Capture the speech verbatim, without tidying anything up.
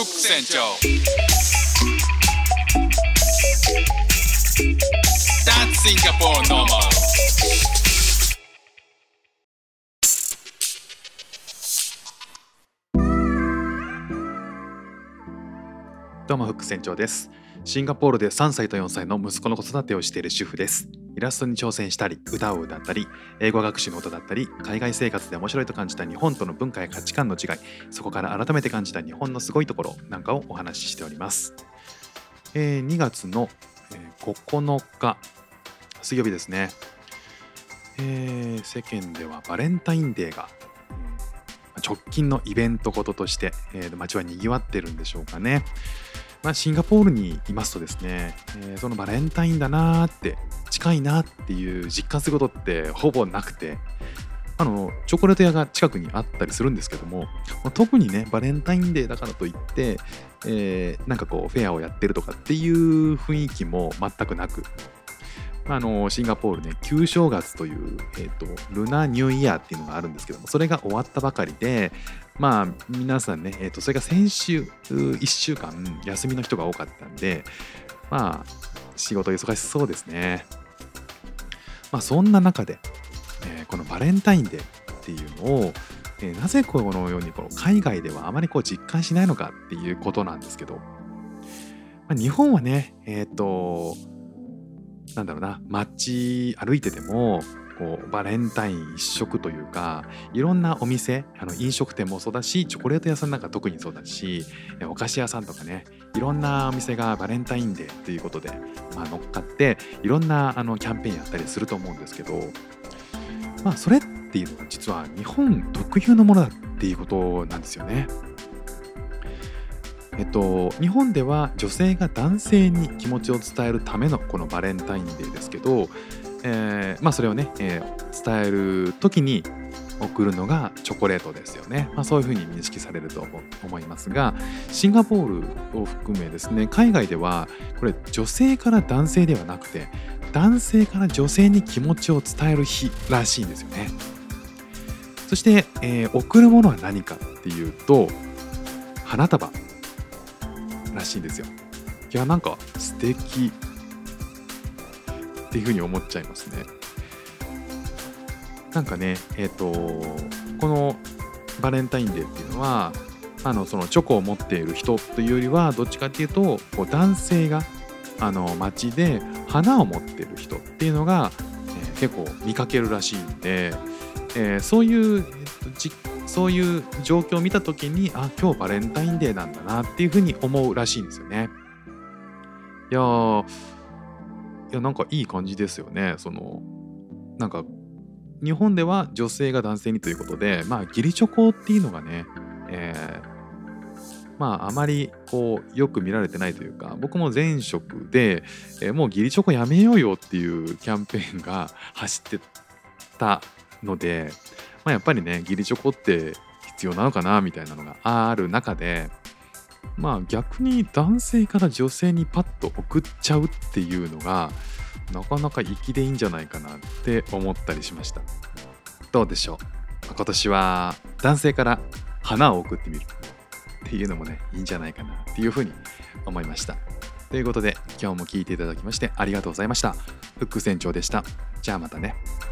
ック船長 That's Singapore normal。 どうもフック船長です。シンガポールでさんさいとよんさいの息子の子育てをしている主婦です。イラストに挑戦したり、歌を歌ったり、英語学習の音だったり、海外生活で面白いと感じた日本との文化や価値観の違い、そこから改めて感じた日本のすごいところなんかをお話ししております。えー、にがつのここのか水曜日ですね。えー、世間ではバレンタインデーが直近のイベントこととして、えー、街は賑わってるんでしょうかね。まあ、シンガポールにいますとですね、えー、そのバレンタインだなーって近いなっていう実感することってほぼなくて、あのチョコレート屋が近くにあったりするんですけども、特にねバレンタインデーだからといって、えー、なんかこうフェアをやってるとかっていう雰囲気も全くなく、あのシンガポールね旧正月という、えーと、ルナニューイヤーっていうのがあるんですけども、それが終わったばかりで、まあ皆さんね、えーと、それが先週いっしゅうかん休みの人が多かったんで、まあ仕事忙しそうですね。まあそんな中で、えー、このバレンタインデーっていうのを、えー、なぜこのようにこの海外ではあまりこう実感しないのかっていうことなんですけど、まあ、日本はねえっとなんだろうな、街歩いててもこうバレンタイン一色というか、いろんなお店、あの飲食店もそうだし、チョコレート屋さんなんか特にそうだし、お菓子屋さんとかね、いろんなお店がバレンタインデーということで、まあ、乗っかっていろんなあのキャンペーンやったりすると思うんですけど、まあそれっていうのが実は日本特有のものだっていうことなんですよね。えっと、日本では女性が男性に気持ちを伝えるためのこのバレンタインデーですけど、えーまあ、それをね、えー伝える時に送るのがチョコレートですよね。まあ、そういうふうに認識されると思いますが、シンガポールを含めですね、海外ではこれ女性から男性ではなくて、男性から女性に気持ちを伝える日らしいんですよね。そして、えー送るものは何かっていうと、花束らしいんですよ。いや、なんか素敵っていうふうに思っちゃいますね。なんかね、えっとこのバレンタインデーっていうのは、あのそのチョコを持っている人というよりは、どっちかっていうとこう男性があの街で花を持っている人っていうのが、えー結構見かけるらしいんで、えーそういう、えっとじそういう状況を見たときに、あ、今日バレンタインデーなんだなっていうふうに思うらしいんですよね。いやー、いやなんかいい感じですよね。そのなんか日本では女性が男性にということで、まあ義理チョコっていうのがね、えーまああまりこうよく見られてないというか、僕も前職で、えーもう義理チョコやめようよっていうキャンペーンが走ってたので、まあ、やっぱりね義理チョコって必要なのかなみたいなのがある中で、まあ逆に男性から女性にパッと送っちゃうっていうのがなかなか粋でいいんじゃないかなって思ったりしました。どうでしょう、今年は男性から花を送ってみるっていうのもねいいんじゃないかなっていうふうに思いました。ということで今日も聞いていただきましてありがとうございました。フック船長でした。じゃあまたね。